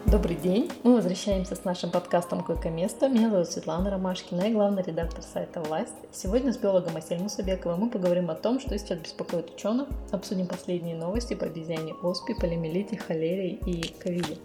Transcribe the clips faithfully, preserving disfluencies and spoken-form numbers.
Добрый день! Мы возвращаемся с нашим подкастом «Койко-место». Меня зовут Светлана Ромашкина, я главный редактор сайта «Власть». Сегодня с биологом Асель Мусабековой мы поговорим о том, что сейчас беспокоит ученых, обсудим последние новости по обезьяне оспе, полиомиелите, холере и ковиде.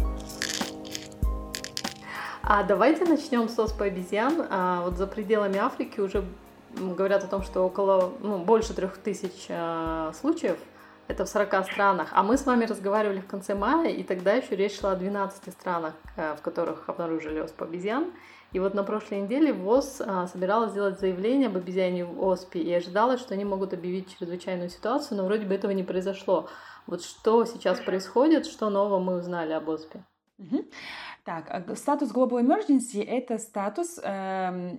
А давайте начнем с оспы обезьян. А вот за пределами Африки уже говорят о том, что около, ну, больше трех тысяч а, случаев. Это в сорока странах. А мы с вами разговаривали в конце мая, и тогда еще речь шла о двенадцати странах, в которых обнаружили оспу обезьян. И вот на прошлой неделе ВОЗ собиралась сделать заявление об обезьяне оспе и ожидалось, что они могут объявить чрезвычайную ситуацию, но вроде бы этого не произошло. Вот что сейчас происходит, что нового мы узнали об оспе? Угу. Так, статус Global Emergency – это статус... Э-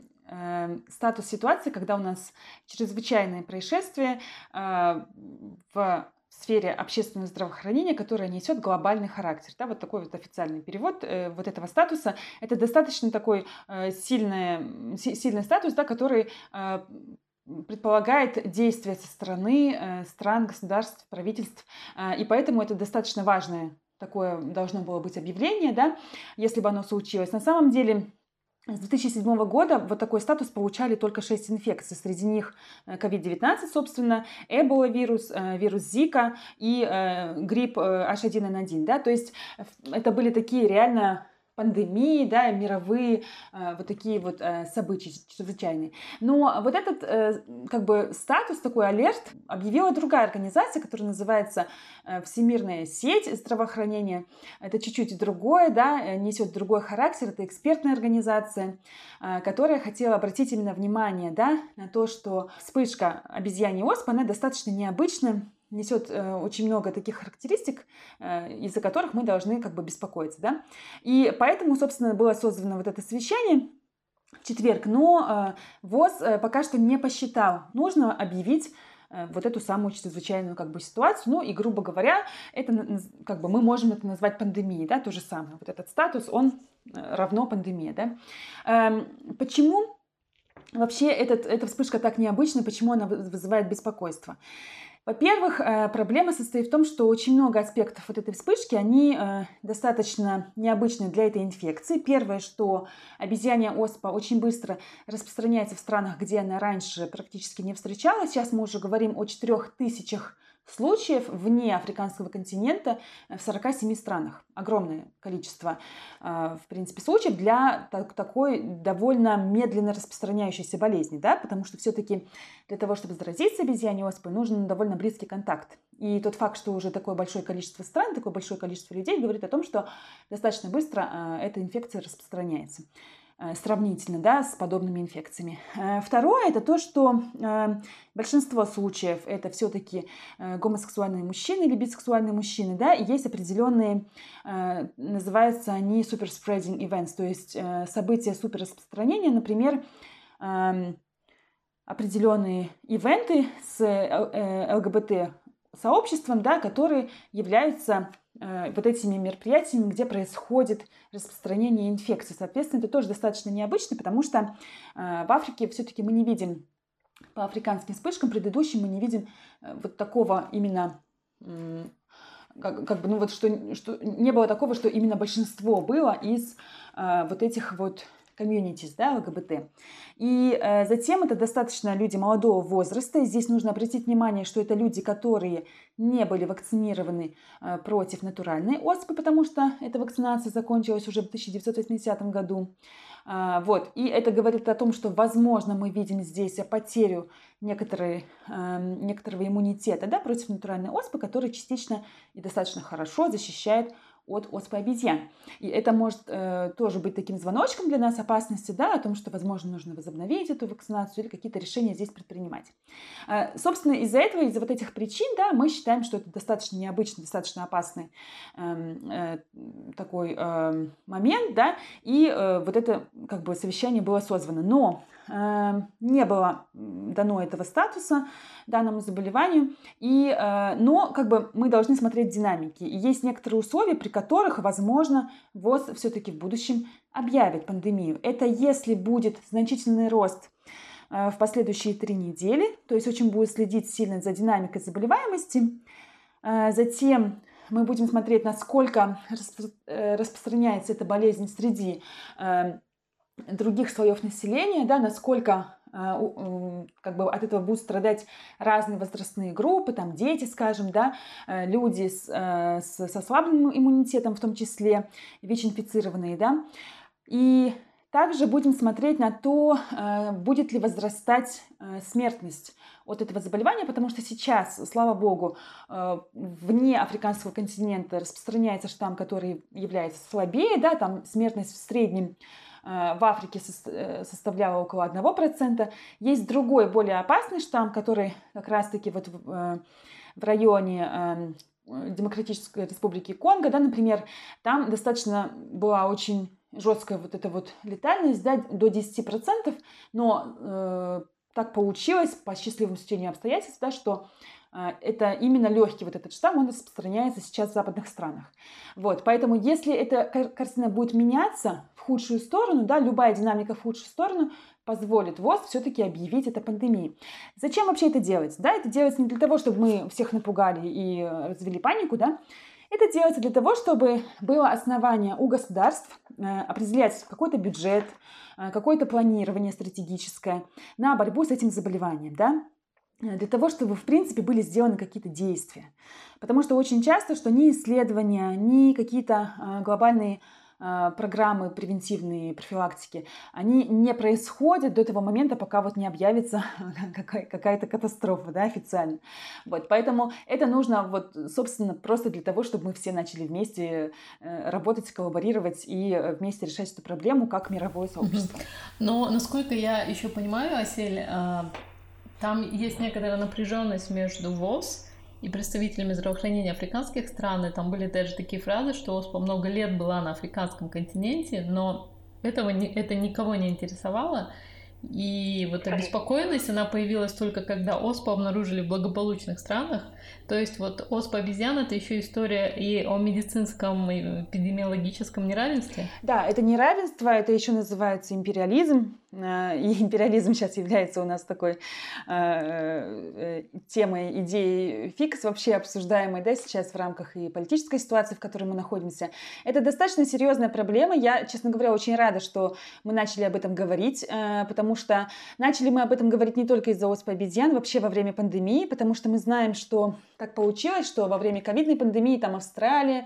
статус ситуации, когда у нас чрезвычайное происшествие э, в сфере общественного здравоохранения, которое несет глобальный характер. Да, вот такой вот официальный перевод э, вот этого статуса. Это достаточно такой э, сильный, сильный статус, да, который э, предполагает действия со стороны э, стран, государств, правительств. Э, и поэтому это достаточно важное такое должно было быть объявление, да, если бы оно случилось. На самом деле, с две тысячи седьмого года вот такой статус получали только шесть инфекций. Среди них ковид девятнадцать, собственно, эбола-вирус, вирус Зика и грипп эйч один эн один. Да? То есть это были такие реально пандемии, да, мировые э, вот такие вот э, события чрезвычайные. Но вот этот э, как бы статус, такой алерт объявила другая организация, которая называется э, Всемирная сеть здравоохранения. Это чуть-чуть другое, да, несет другой характер. Это экспертная организация, э, которая хотела обратить именно внимание, да, на то, что вспышка обезьяньей оспы, она достаточно необычная, несет э, очень много таких характеристик, э, из-за которых мы должны как бы беспокоиться, да. И поэтому, собственно, было создано вот это совещание в четверг, но э, ВОЗ э, пока что не посчитал нужно объявить э, вот эту самую чрезвычайную как бы ситуацию. Ну и, грубо говоря, это как бы мы можем это назвать пандемией, да, то же самое. Вот этот статус, он равно пандемия, да. Э, почему вообще этот, эта вспышка так необычна, почему она вызывает беспокойство? Во-первых, проблема состоит в том, что очень много аспектов вот этой вспышки, они достаточно необычны для этой инфекции. Первое, что обезьянья оспа очень быстро распространяется в странах, где она раньше практически не встречалась. Сейчас мы уже говорим о четырёх тысячах случаев вне африканского континента в сорока семи странах. Огромное количество, в принципе, случаев для такой довольно медленно распространяющейся болезни, да, потому что все-таки для того, чтобы заразиться обезьяньей оспой, нужен довольно близкий контакт. И тот факт, что уже такое большое количество стран, такое большое количество людей, говорит о том, что достаточно быстро эта инфекция распространяется сравнительно, да, с подобными инфекциями. Второе – это то, что большинство случаев – это все-таки гомосексуальные мужчины или бисексуальные мужчины, да, и есть определенные, называются они super-spreading events, то есть события суперраспространения, например, определенные ивенты с ЛГБТ-сообществом, да, которые являются вот этими мероприятиями, где происходит распространение инфекции. Соответственно, это тоже достаточно необычно, потому что в Африке все-таки мы не видим, по африканским вспышкам предыдущим мы не видим вот такого именно, как, как бы, ну вот, что, что не было такого, что именно большинство было из вот этих вот комьюнитис, да, ЛГБТ. И э, затем это достаточно люди молодого возраста. Здесь нужно обратить внимание, что это люди, которые не были вакцинированы э, против натуральной оспы, потому что эта вакцинация закончилась уже в тысяча девятьсот восьмидесятом году. А, вот. И это говорит о том, что, возможно, мы видим здесь потерю некоторой, э, некоторого иммунитета, да, против натуральной оспы, который частично и достаточно хорошо защищает от оспы обезьян. И это может э, тоже быть таким звоночком для нас опасности, да, о том, что, возможно, нужно возобновить эту вакцинацию или какие-то решения здесь предпринимать. Э, собственно, из-за этого, из-за вот этих причин, да, мы считаем, что это достаточно необычный, достаточно опасный э, э, такой э, момент, да, и э, вот это как бы совещание было созвано. Но э, не было дано этого статуса данному заболеванию, и, э, но как бы мы должны смотреть динамики. И есть некоторые условия, при которых, возможно, ВОЗ все-таки в будущем объявит пандемию. Это если будет значительный рост э, в последующие три недели, то есть очень будет следить сильно за динамикой заболеваемости. Э, затем мы будем смотреть, насколько распро- э, распространяется эта болезнь среди э, других слоев населения, да, насколько э, у- как бы от этого будут страдать разные возрастные группы, там дети, скажем, да, э, люди с, э, с- со слабым иммунитетом, в том числе ВИЧ-инфицированные, да. И также будем смотреть на то, э, будет ли возрастать э, смертность от этого заболевания, потому что сейчас, слава богу, э, вне африканского континента распространяется штамм, который является слабее, да, там смертность в среднем э, в Африке сос- э, составляла около одного процента. Есть другой, более опасный штамм, который как раз-таки вот в, э, в районе э, Демократической Республики Конго, да, например, там достаточно была очень жесткая вот эта вот летальность, да, до десяти процентов, но э, так получилось по счастливому стечению обстоятельств, да, что э, это именно легкий вот этот штамм, он распространяется сейчас в западных странах. Вот, поэтому если эта кар- картина будет меняться в худшую сторону, да, любая динамика в худшую сторону позволит ВОЗ все-таки объявить это пандемией. Зачем вообще это делать? Да, это делается не для того, чтобы мы всех напугали и э, развели панику, да, это делается для того, чтобы было основание у государств э, определять какой-то бюджет, э, какое-то планирование стратегическое на борьбу с этим заболеванием, да? Э, для того, чтобы, в принципе, были сделаны какие-то действия. Потому что очень часто, что ни исследования, ни какие-то э, глобальные э, программы превентивные, профилактики, они не происходят до того момента, пока вот не объявится какая- какая-то катастрофа, да, официально. Вот, поэтому это нужно вот, собственно, просто для того, чтобы мы все начали вместе э, работать, коллаборировать и э, вместе решать эту проблему как мировое Мгм. сообщество. Но, насколько я еще понимаю, Асель, а, там есть некоторая напряженность между ВОЗ и представителями здравоохранения африканских стран. И там были даже такие фразы, что ОСПА много лет была на африканском континенте, но этого не, это никого не интересовало. И вот обеспокоенность, она появилась только когда ОСПА обнаружили в благополучных странах. То есть вот ОСПА обезьян — это еще история и о медицинском и эпидемиологическом неравенстве. Да, это неравенство, это еще называется империализм. Э, И империализм сейчас является у нас такой э, э, темой, идеей фикс, вообще обсуждаемой, да, сейчас в рамках и политической ситуации, в которой мы находимся. Это достаточно серьезная проблема. Я, честно говоря, очень рада, что мы начали об этом говорить, э, потому что начали мы об этом говорить не только из-за оспы обезьян, вообще во время пандемии, потому что мы знаем, что так получилось, что во время ковидной пандемии там Австралия,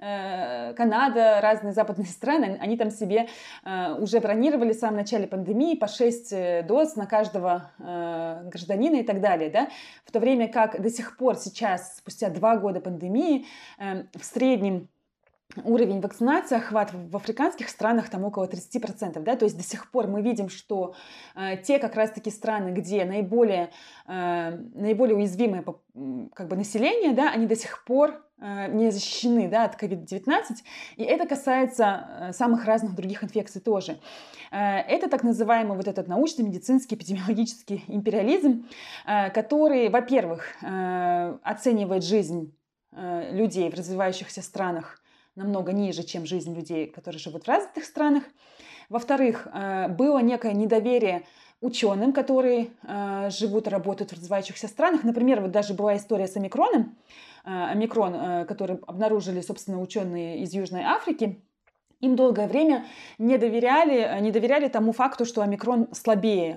э, Канада, разные западные страны, они там себе э, уже бронировали в самом начале пандемии по шесть доз на каждого э, гражданина и так далее, да? В то время как до сих пор сейчас, спустя два года пандемии, э, в среднем уровень вакцинации, охват в африканских странах там около тридцать процентов, да, то есть до сих пор мы видим, что э, те как раз-таки страны, где наиболее, э, наиболее уязвимое как бы население, да, они до сих пор э, не защищены, да, от ковид девятнадцать, и это касается э, самых разных других инфекций тоже. Э, это так называемый вот этот научно-медицинский эпидемиологический империализм, э, который, во-первых, э, оценивает жизнь э, людей в развивающихся странах намного ниже, чем жизнь людей, которые живут в развитых странах. Во-вторых, было некое недоверие ученым, которые живут и работают в развивающихся странах. Например, вот даже была история с омикроном. Омикрон, который обнаружили, собственно, ученые из Южной Африки. Им долгое время не доверяли, не доверяли тому факту, что омикрон слабее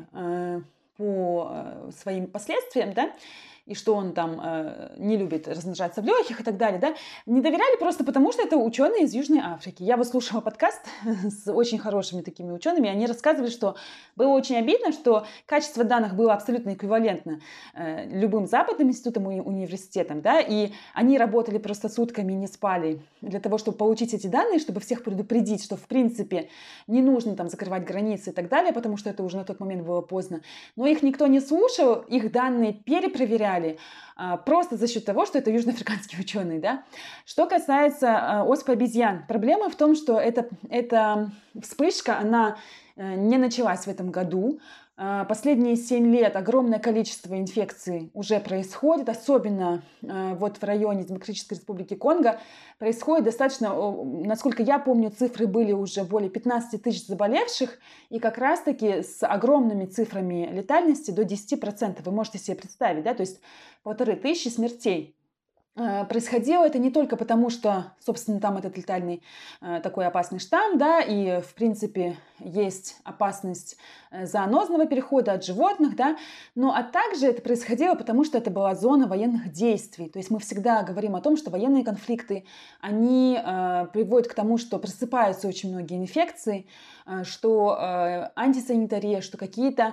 по своим последствиям, да, и что он там э, не любит размножаться в легких и так далее, да, не доверяли просто потому, что это ученые из Южной Африки. Я вот слушала подкаст с очень хорошими такими учеными, они рассказывали, что было очень обидно, что качество данных было абсолютно эквивалентно э, любым западным институтам и университетам, да, и они работали просто сутками, не спали для того, чтобы получить эти данные, чтобы всех предупредить, что в принципе не нужно там закрывать границы и так далее, потому что это уже на тот момент было поздно. Но их никто не слушал, их данные перепроверяли, просто за счет того, что это южноафриканские ученые. Да? Что касается оспы обезьян, проблема в том, что эта, эта вспышка, она не началась в этом году. Последние семь лет огромное количество инфекций уже происходит, особенно вот в районе Демократической Республики Конго происходит достаточно, насколько я помню, цифры были уже более пятнадцать тысяч заболевших, и как раз-таки с огромными цифрами летальности до десяти процентов. Вы можете себе представить, да, то есть полторы тысячи смертей. происходило это не только потому, что, собственно, там этот летальный такой опасный штамм, да, и, в принципе, есть опасность зоонозного перехода от животных, да, но а также это происходило потому, что это была зона военных действий. То есть мы всегда говорим о том, что военные конфликты, они э, приводят к тому, что просыпаются очень многие инфекции, э, что э, антисанитария, что какие-то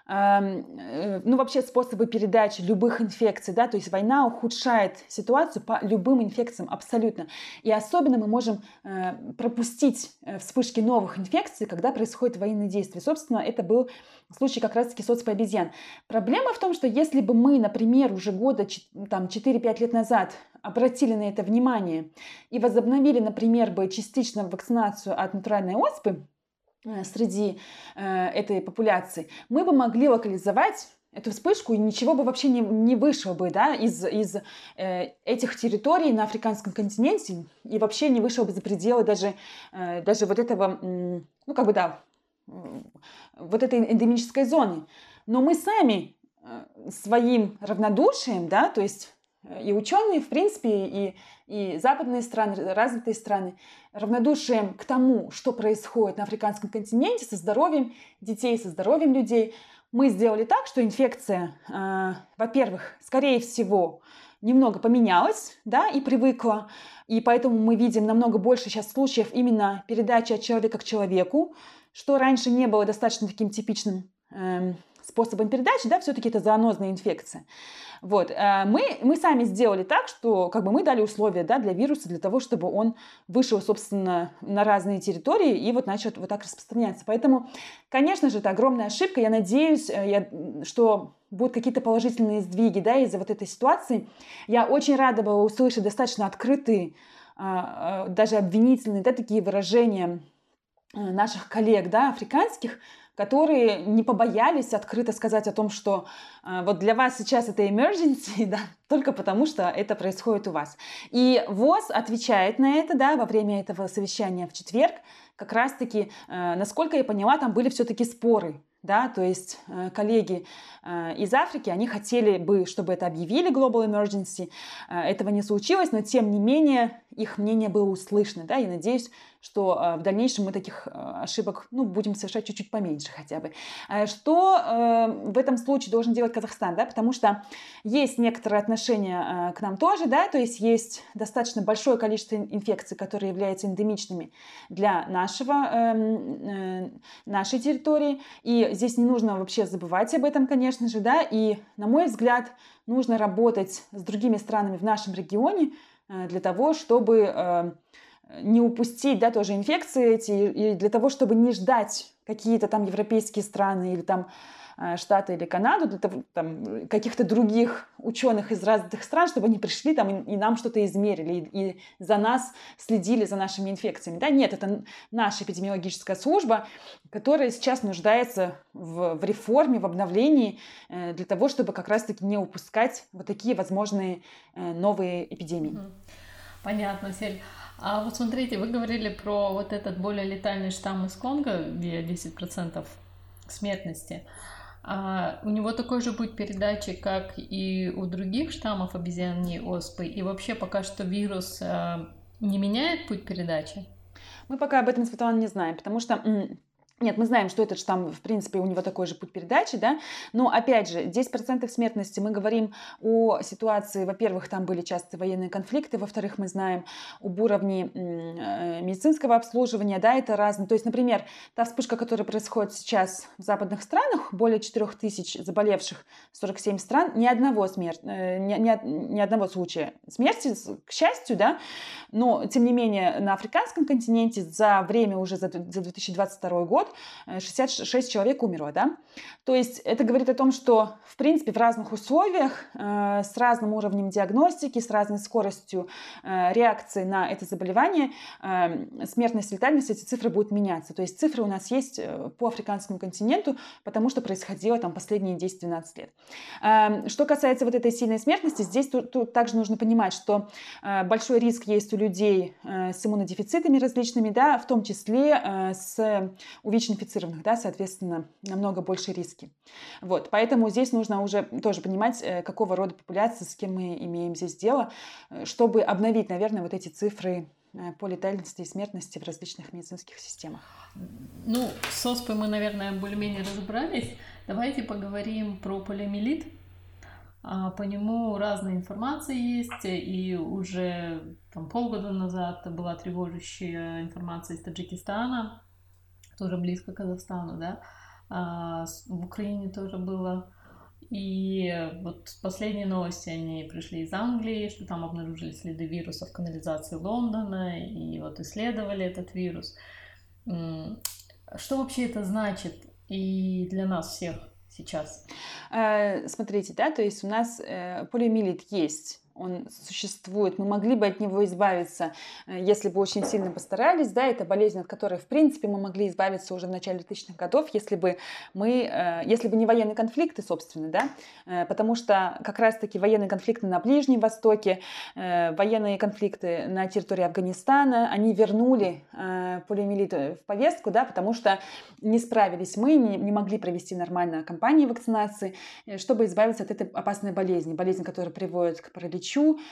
ну, вообще способы передачи любых инфекций, да, то есть война ухудшает ситуацию по любым инфекциям абсолютно. И особенно мы можем э, пропустить вспышки новых инфекций, когда происходят военные действия. Собственно, это был случай как раз-таки с оспой обезьян. Проблема в том, что если бы мы, например, уже года там, четыре-пять лет назад обратили на это внимание и возобновили, например, бы частично вакцинацию от натуральной оспы, среди э, этой популяции, мы бы могли локализовать эту вспышку, и ничего бы вообще не, не вышло бы, да, из, из э, этих территорий на африканском континенте, и вообще не вышло бы за пределы даже, э, даже вот этого, э, ну, как бы, да, э, вот этой эндемической зоны. Но мы сами э, своим равнодушием, да, то есть и ученые, в принципе, и, и западные страны, развитые страны, равнодушием к тому, что происходит на африканском континенте со здоровьем детей, со здоровьем людей, мы сделали так, что инфекция, э, во-первых, скорее всего, немного поменялась, да, и привыкла, и поэтому мы видим намного больше сейчас случаев именно передачи от человека к человеку, что раньше не было достаточно таким типичным э, способом передачи, да, все-таки это зоонозная инфекция. Вот. Мы, мы сами сделали так, что как бы мы дали условия, да, для вируса, для того, чтобы он вышел, собственно, на разные территории и вот начал вот так распространяться. Поэтому, конечно же, это огромная ошибка. Я надеюсь, я, что будут какие-то положительные сдвиги, да, из-за вот этой ситуации. Я очень рада была услышать достаточно открытые, даже обвинительные, да, такие выражения наших коллег, да, африканских, которые не побоялись открыто сказать о том, что э, вот для вас сейчас это emergency, да, только потому, что это происходит у вас. И ВОЗ отвечает на это, да, во время этого совещания в четверг. Как раз-таки, э, насколько я поняла, там были все-таки споры. Да, то есть э, коллеги э, из Африки, они хотели бы, чтобы это объявили Global Emergency. Э, этого не случилось, но тем не менее их мнение было услышано. Да, и надеюсь, что э, в дальнейшем мы таких э, ошибок ну, будем совершать чуть-чуть поменьше хотя бы. Э, что э, в этом случае должен делать Казахстан? Да? Потому что есть некоторые отношения э, к нам тоже, да, то есть есть достаточно большое количество инфекций, которые являются эндемичными для нашего, э, э, нашей территории. И здесь не нужно вообще забывать об этом, конечно же, да, и, на мой взгляд, нужно работать с другими странами в нашем регионе для того, чтобы не упустить, да, тоже инфекции эти, и для того, чтобы не ждать какие-то там европейские страны или там Штаты или Канаду, для того, там, каких-то других ученых из разных стран, чтобы они пришли там и, и нам что-то измерили, и, и за нас следили, за нашими инфекциями. Да? Нет, это наша эпидемиологическая служба, которая сейчас нуждается в, в реформе, в обновлении э, для того, чтобы как раз-таки не упускать вот такие возможные э, новые эпидемии. Понятно, Сель. А вот смотрите, вы говорили про вот этот более летальный штамм из Конго, где десять процентов смертности. А у него такой же путь передачи, как и у других штаммов обезьяньей оспы? И вообще пока что вирус а, не меняет путь передачи? Мы пока об этом, Светлана, не знаем, потому что... Нет, мы знаем, что этот штамм, в принципе, у него такой же путь передачи, да, но, опять же, десять процентов смертности, мы говорим о ситуации, во-первых, там были часто военные конфликты, во-вторых, мы знаем об уровне медицинского обслуживания, да, это разное. То есть, например, та вспышка, которая происходит сейчас в западных странах, более четырех тысяч заболевших, сорок семь стран, ни одного, смерти, ни, ни, ни одного случая смерти, к счастью, да, но, тем не менее, на африканском континенте за время уже за две тысячи двадцать второй год шестьдесят шесть человек умерло, да. То есть это говорит о том, что, в принципе, в разных условиях, э, с разным уровнем диагностики, с разной скоростью э, реакции на это заболевание, э, смертность, летальность, эти цифры будут меняться. То есть цифры у нас есть по африканскому континенту, потому что происходило там последние десять-двенадцать лет. Э, что касается вот этой сильной смертности, здесь тут, тут также нужно понимать, что э, большой риск есть у людей э, с иммунодефицитами различными, да, в том числе э, с увеличением ВИЧ-инфицированных, да, соответственно, намного больше риски. Вот, поэтому здесь нужно уже тоже понимать, какого рода популяции, с кем мы имеем здесь дело, чтобы обновить, наверное, вот эти цифры по летальности и смертности в различных медицинских системах. Ну, с оспой мы, наверное, более-менее разобрались. Давайте поговорим про полиомиелит. По нему разная информация есть, и уже там, полгода назад была тревожащая информация из Таджикистана, тоже близко к Казахстану, да, в Украине тоже было. И вот последние новости, они пришли из Англии, что там обнаружили следы вируса в канализации Лондона, и вот исследовали этот вирус. Что вообще это значит и для нас всех сейчас? Смотрите, да, то есть у нас полиомиелит есть. Он существует, мы могли бы от него избавиться, если бы очень сильно постарались, да, это болезнь, от которой, в принципе, мы могли избавиться уже в начале двухтысячных годов, если бы мы, если бы не военные конфликты, собственно, да, потому что как раз-таки военные конфликты на Ближнем Востоке, военные конфликты на территории Афганистана, они вернули полиомиелит в повестку, да, потому что не справились мы, не, не могли провести нормально кампанию вакцинации, чтобы избавиться от этой опасной болезни, болезни, которая приводит к параличу,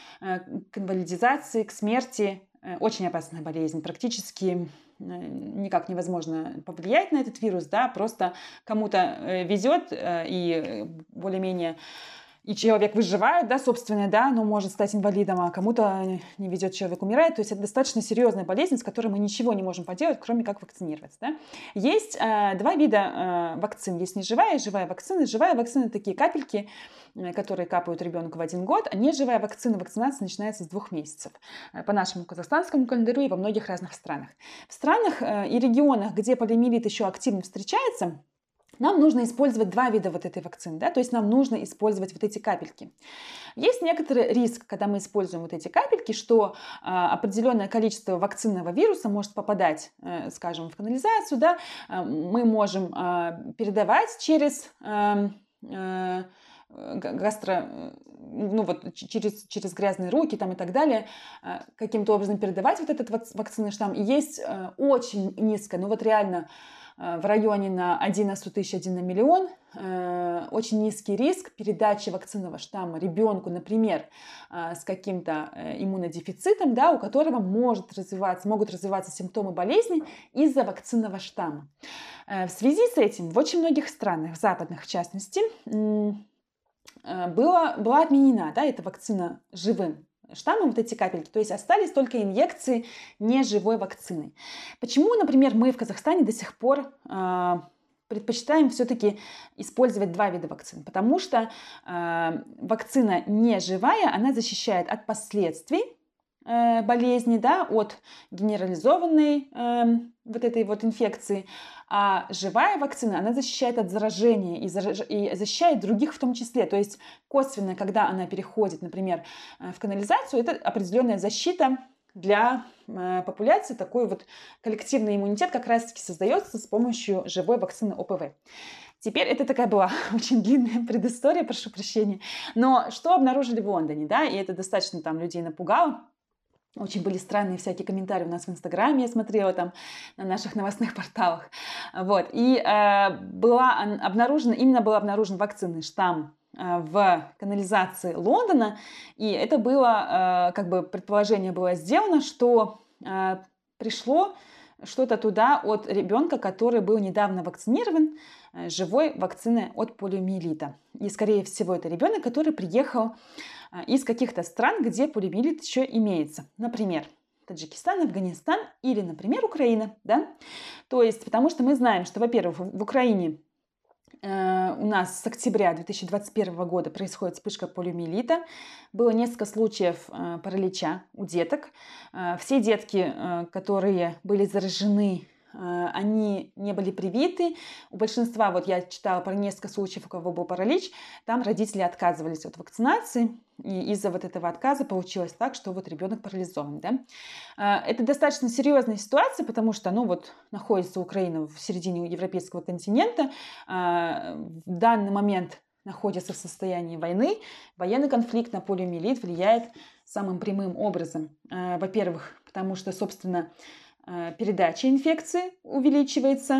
к инвалидизации, к смерти. Очень опасная болезнь. Практически никак невозможно повлиять на этот вирус, да, просто кому-то везет и более-менее и человек выживает, да, собственно, да, но может стать инвалидом, а кому-то не везет, человек умирает. То есть это достаточно серьезная болезнь, с которой мы ничего не можем поделать, кроме как вакцинироваться. Да. Есть э, два вида э, вакцин. Есть неживая и живая вакцина. Живая вакцина — такие капельки, э, которые капают ребенку в один год, а неживая вакцина, вакцинация начинается с двух месяцев. Э, по нашему казахстанскому календарю и во многих разных странах. В странах э, и регионах, где полиомиелит еще активно встречается, нам нужно использовать два вида вот этой вакцины, да, то есть нам нужно использовать вот эти капельки. Есть некоторый риск, когда мы используем вот эти капельки, что э, определенное количество вакцинного вируса может попадать, э, скажем, в канализацию, да, э, мы можем э, передавать через э, э, гастро, ну вот через, через грязные руки там и так далее, э, каким-то образом передавать вот этот вакцинный штамм. И есть э, очень низкая, ну вот реально в районе на один на сто тысяч, один на миллион, э, очень низкий риск передачи вакцинного штамма ребенку, например, э, с каким-то э, иммунодефицитом, да, у которого может развиваться, могут развиваться симптомы болезни из-за вакцинного штамма. Э, в связи с этим в очень многих странах, западных в частности, э, было, была отменена, да, эта вакцина живым штаммом, вот эти капельки, то есть остались только инъекции неживой вакцины. Почему, например, мы в Казахстане до сих пор э, предпочитаем все-таки использовать два вида вакцин? Потому что э, вакцина неживая, она защищает от последствий э, болезни, да, от генерализованной э, вот этой вот инфекции, а живая вакцина, она защищает от заражения и, зараж... и защищает других в том числе. То есть косвенно, когда она переходит, например, в канализацию, это определенная защита для э, популяции. Такой вот коллективный иммунитет как раз-таки создается с помощью живой вакцины о пэ вэ. Теперь это такая была очень длинная предыстория, прошу прощения. Но что обнаружили в Лондоне, да, и это достаточно там людей напугало. Очень были странные всякие комментарии у нас в Инстаграме, я смотрела там на наших новостных порталах. Вот. И э, была обнаружена, именно был обнаружен вакцинный штамм э, в канализации Лондона. И это было, э, как бы предположение было сделано, что э, пришло что-то туда от ребенка, который был недавно вакцинирован э, живой вакциной от полиомиелита. И, скорее всего, это ребенок, который приехал из каких-то стран, где полиомиелит еще имеется. Например, Таджикистан, Афганистан или, например, Украина. Да? То есть, потому что мы знаем, что, во-первых, в Украине э, у нас с октября две тысячи двадцать первого года происходит вспышка полиомиелита. Было несколько случаев э, паралича у деток. Э, все детки, э, которые были заражены, они не были привиты. У большинства, вот я читала про несколько случаев, у кого был паралич, там родители отказывались от вакцинации, и из-за вот этого отказа получилось так, что вот ребенок парализован. Да? Это достаточно серьезная ситуация, потому что, ну вот, находится Украина в середине европейского континента, в данный момент находится в состоянии войны. Военный конфликт на полиомиелит влияет самым прямым образом. Во-первых, потому что, собственно, передача инфекции увеличивается,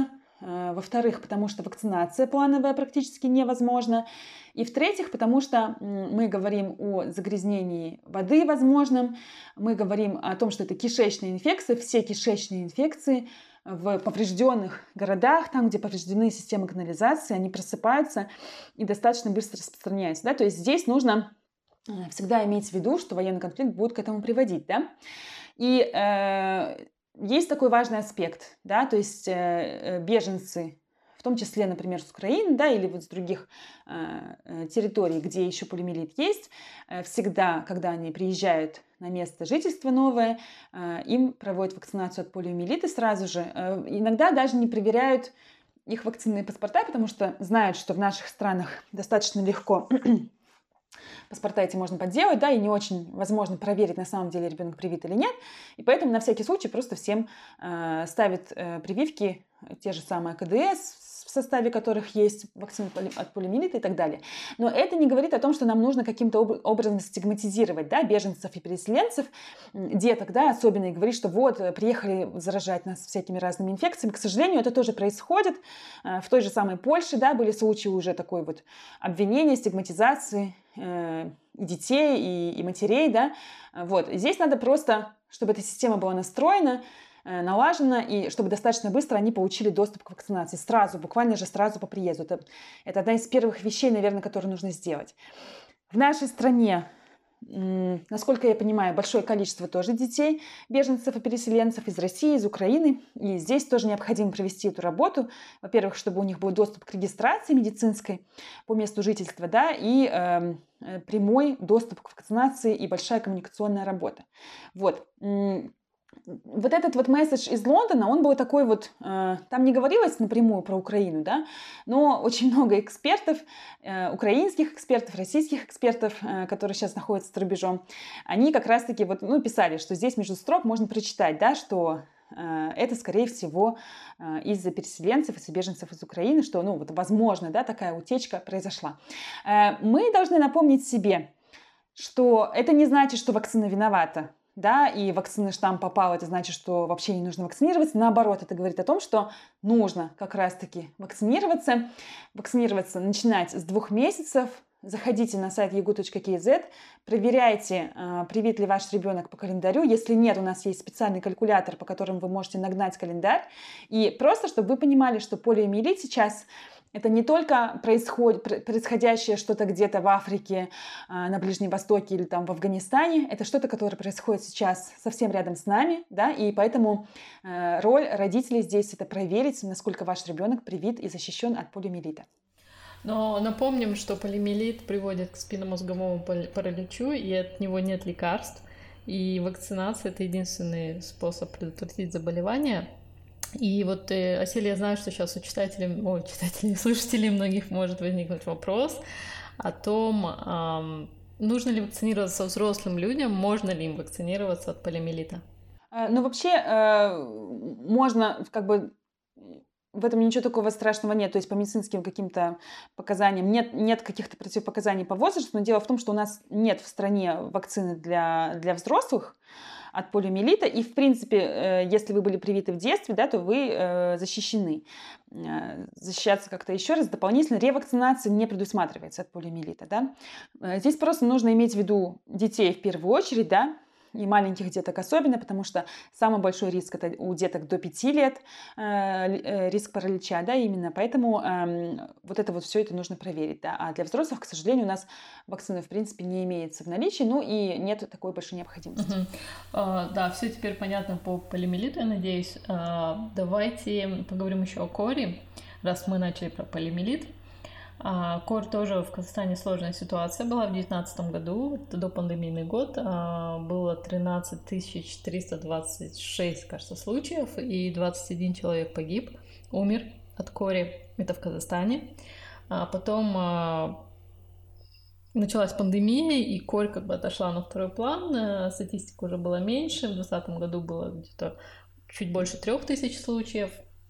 Во-вторых, потому что вакцинация плановая практически невозможна. И в-третьих, потому что мы говорим о загрязнении воды возможном, мы говорим о том, что это кишечные инфекции, все кишечные инфекции в поврежденных городах, там, где повреждены системы канализации, они просыпаются и достаточно быстро распространяются. Да? То есть здесь нужно всегда иметь в виду, что военный конфликт будет к этому приводить. Да? И э, есть такой важный аспект, да? То есть э, беженцы, в том числе, например, с Украины, да, или вот с других э, территорий, где еще полиомиелит есть, э, всегда, когда они приезжают на место жительства новое, э, им проводят вакцинацию от полиомиелита сразу же. Э, иногда даже не проверяют их вакцинные паспорта, потому что знают, что в наших странах достаточно легко паспорта эти можно подделать, да, и не очень возможно проверить, на самом деле ребенок привит или нет. И поэтому на всякий случай просто всем э, ставят э, прививки, те же самые КДС, в составе которых есть вакцина от полиомиелита и так далее. Но это не говорит о том, что нам нужно каким-то образом стигматизировать, да, беженцев и переселенцев, деток, да, особенно, и говорить, что вот, приехали заражать нас всякими разными инфекциями. К сожалению, это тоже происходит. В той же самой Польше, да, были случаи уже такой вот обвинения, стигматизации э, детей и, и матерей, да. Вот. Здесь надо просто, чтобы эта система была настроена, налажено, и чтобы достаточно быстро они получили доступ к вакцинации. Сразу, буквально же сразу по приезду. Это, это одна из первых вещей, наверное, которые нужно сделать. В нашей стране, насколько я понимаю, большое количество тоже детей, беженцев и переселенцев из России, из Украины. И здесь тоже необходимо провести эту работу. Во-первых, чтобы у них был доступ к регистрации медицинской по месту жительства, да, и э, прямой доступ к вакцинации и большая коммуникационная работа. Вот. Вот этот вот месседж из Лондона, он был такой вот, э, там не говорилось напрямую про Украину, да, но очень много экспертов, э, украинских экспертов, российских экспертов, э, которые сейчас находятся за рубежом, они как раз-таки вот, ну, писали, что здесь между строк можно прочитать, да, что э, это, скорее всего, э, из-за переселенцев, из-за беженцев из Украины, что, ну, вот, возможно, да, такая утечка произошла. Э, мы должны напомнить себе, что это не значит, что вакцина виновата. Да, и вакцина штамм попал, это значит, что вообще не нужно вакцинироваться. Наоборот, это говорит о том, что нужно как раз-таки вакцинироваться. Вакцинироваться начинать с двух месяцев. Заходите на сайт егу точка кей зет, проверяйте, привит ли ваш ребенок по календарю. Если нет, у нас есть специальный калькулятор, по которому вы можете нагнать календарь. И просто, чтобы вы понимали, что полиомиелит сейчас это не только происходит, происходящее что-то где-то в Африке, на Ближнем Востоке или там в Афганистане. Это что-то, которое происходит сейчас совсем рядом с нами, да, и поэтому роль родителей здесь это проверить, насколько ваш ребенок привит и защищен от полиомиелита. Но напомним, что полиомиелит приводит к спинномозговому параличу, и от него нет лекарств. И вакцинация — это единственный способ предотвратить заболевание. И вот, э, Асель, я знаю, что сейчас у читателей, ой, читателей, слушателей многих может возникнуть вопрос о том, эм, нужно ли вакцинироваться взрослым людям, можно ли им вакцинироваться от полиомиелита. Ну, вообще, э, можно, как бы, в этом ничего такого страшного нет, то есть по медицинским каким-то показаниям нет, нет каких-то противопоказаний по возрасту, но дело в том, что у нас нет в стране вакцины для, для взрослых от полиомиелита, и, в принципе, если вы были привиты в детстве, да, то вы защищены. Защищаться как-то еще раз дополнительно ревакцинация не предусматривается от полиомиелита, да. Здесь просто нужно иметь в виду детей в первую очередь, да, и маленьких деток особенно, потому что самый большой риск это у деток до пяти лет, э, риск паралича, да, именно, поэтому э, вот это вот все это нужно проверить, да, а для взрослых, к сожалению, у нас вакцины в принципе не имеется в наличии, ну и нет такой большой необходимости. Uh-huh. uh, да, все теперь понятно по полиомиелиту, я надеюсь. Uh, давайте поговорим еще о коре, раз мы начали про полиомиелит. Кор тоже в Казахстане сложная ситуация была в две тысячи девятнадцатом году, это допандемийный год, было тринадцать тысяч триста двадцать шесть, кажется, случаев, и двадцать один человек погиб, умер от кори, это в Казахстане. А потом началась пандемия, и корь как бы отошла на второй план, статистика уже была меньше, в двадцатом году было где-то чуть больше трех тысяч случаев.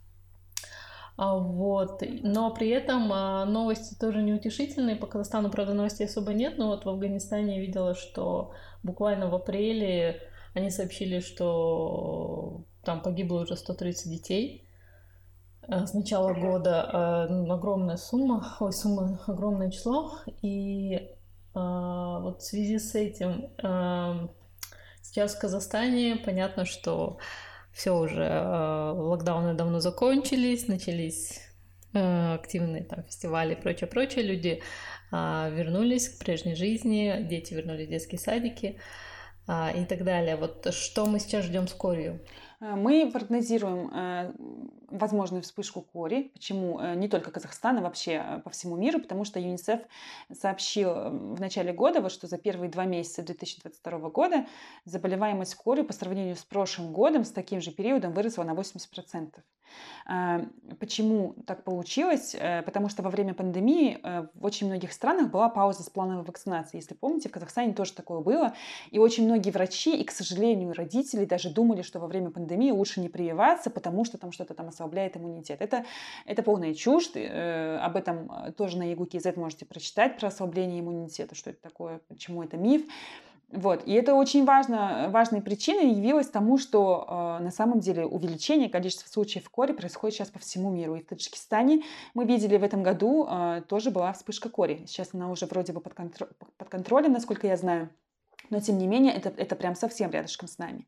Вот. Но при этом новости тоже неутешительные. По Казахстану, правда, новостей особо нет, но вот в Афганистане я видела, что буквально в апреле они сообщили, что там погибло уже сто тридцать детей. с начала года огромная сумма, ой, сумма, огромное число, и вот в связи с этим сейчас в Казахстане понятно, что все уже, локдауны давно закончились, начались активные там фестивали и прочее, прочее, люди вернулись к прежней жизни, дети вернулись в детские садики и так далее. Вот что мы сейчас ждем с корью? Мы прогнозируем э, возможную вспышку кори. Почему? Э, не только Казахстана, вообще по всему миру, потому что ЮНИСЕФ сообщил в начале года, вот, что за первые два месяца две тысячи двадцать второго года заболеваемость корью по сравнению с прошлым годом, с таким же периодом, выросла на восемьдесят процентов. Э, почему так получилось? Э, потому что во время пандемии э, в очень многих странах была пауза с плановой вакцинацией. Если помните, в Казахстане тоже такое было. И очень многие врачи и, к сожалению, родители даже думали, что во время пандемии лучше не прививаться, потому что там что-то там ослабляет иммунитет. Это, это полная чушь. Э, об этом тоже на Егу.кз можете прочитать, про ослабление иммунитета, что это такое, почему это миф. Вот. И это очень важно, важной причиной явилось тому, что э, на самом деле увеличение количества случаев кори происходит сейчас по всему миру. И в Таджикистане мы видели в этом году э, тоже была вспышка кори. Сейчас она уже вроде бы под, контр... под контролем, насколько я знаю. Но, тем не менее, это, это прям совсем рядышком с нами.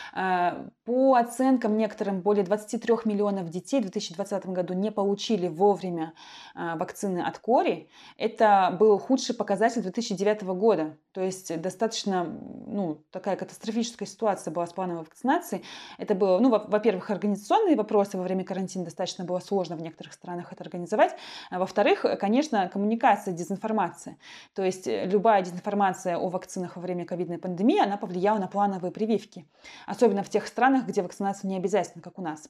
По оценкам некоторым, более двадцать три миллионов детей в две тысячи двадцатом году не получили вовремя вакцины от кори. Это был худший показатель две тысячи девятого года. То есть достаточно, ну, такая катастрофическая ситуация была с плановой вакцинацией. Это было, ну, во-первых, организационные вопросы. Во время карантина достаточно было сложно в некоторых странах это организовать. А во-вторых, конечно, коммуникация, дезинформация. То есть любая дезинформация о вакцинах во время ковидной пандемии, она повлияла на плановые прививки. Особенно в тех странах, где вакцинация не обязательна, как у нас.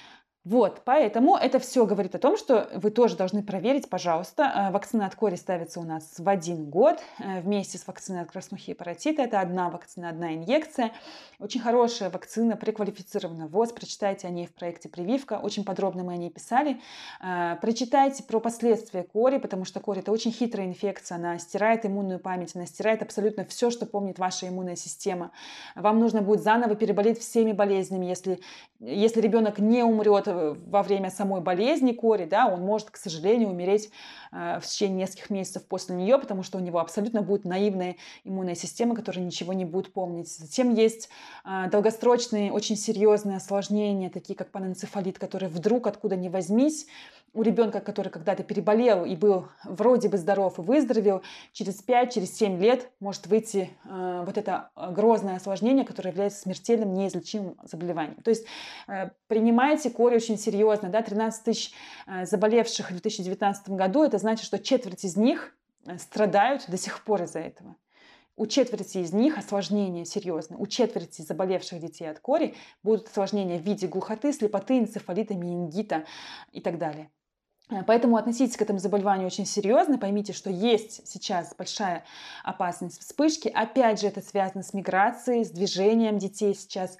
Вот, поэтому это все говорит о том, что вы тоже должны проверить, пожалуйста. Вакцина от кори ставится у нас в один год вместе с вакциной от краснухи и паротита. Это одна вакцина, одна инъекция. Очень хорошая вакцина, преквалифицированная ВОЗ. Прочитайте о ней в проекте «Прививка». Очень подробно мы о ней писали. Прочитайте про последствия кори, потому что кори – это очень хитрая инфекция. Она стирает иммунную память, она стирает абсолютно все, что помнит ваша иммунная система. Вам нужно будет заново переболеть всеми болезнями. Если, если ребенок не умрет во время самой болезни кори, да, он может, к сожалению, умереть э, в течение нескольких месяцев после нее, потому что у него абсолютно будет наивная иммунная система, которая ничего не будет помнить. Затем есть э, долгосрочные, очень серьезные осложнения, такие как панэнцефалит, который вдруг откуда ни возьмись, у ребенка, который когда-то переболел и был вроде бы здоров и выздоровел, через пять-семь лет может выйти э, вот это грозное осложнение, которое является смертельным, неизлечимым заболеванием. То есть э, принимайте кори очень серьезно. Да? тринадцать тысяч э, заболевших в две тысячи девятнадцатом году, это значит, что четверть из них страдают до сих пор из-за этого. У четверти из них осложнения серьезные. У четверти заболевших детей от кори будут осложнения в виде глухоты, слепоты, энцефалита, менингита и так далее. Поэтому относитесь к этому заболеванию очень серьезно. Поймите, что есть сейчас большая опасность вспышки. Опять же, это связано с миграцией, с движением детей сейчас,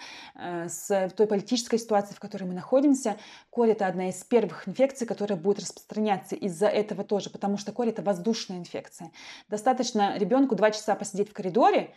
с той политической ситуацией, в которой мы находимся. Кори – это одна из первых инфекций, которая будет распространяться из-за этого тоже, потому что кори – это воздушная инфекция. Достаточно ребенку два часа посидеть в коридоре,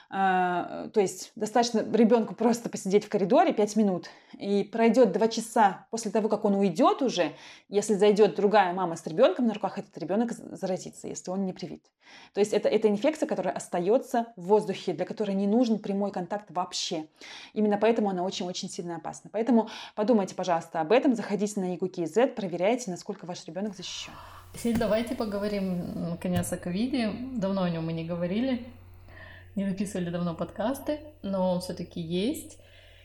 то есть достаточно ребенку просто посидеть в коридоре пять минут, и пройдет два часа после того, как он уйдет уже, если зайдет другая мама с ребенком на руках, этот ребенок заразится, если он не привит. То есть это, это инфекция, которая остается в воздухе, для которой не нужен прямой контакт вообще. Именно поэтому она очень-очень сильно опасна. Поэтому подумайте, пожалуйста, об этом, заходите на Егу.кз, проверяйте, насколько ваш ребенок защищен. Теперь давайте поговорим, наконец, о ковиде. Давно о нем мы не говорили. Не записывали давно подкасты, но он все-таки есть.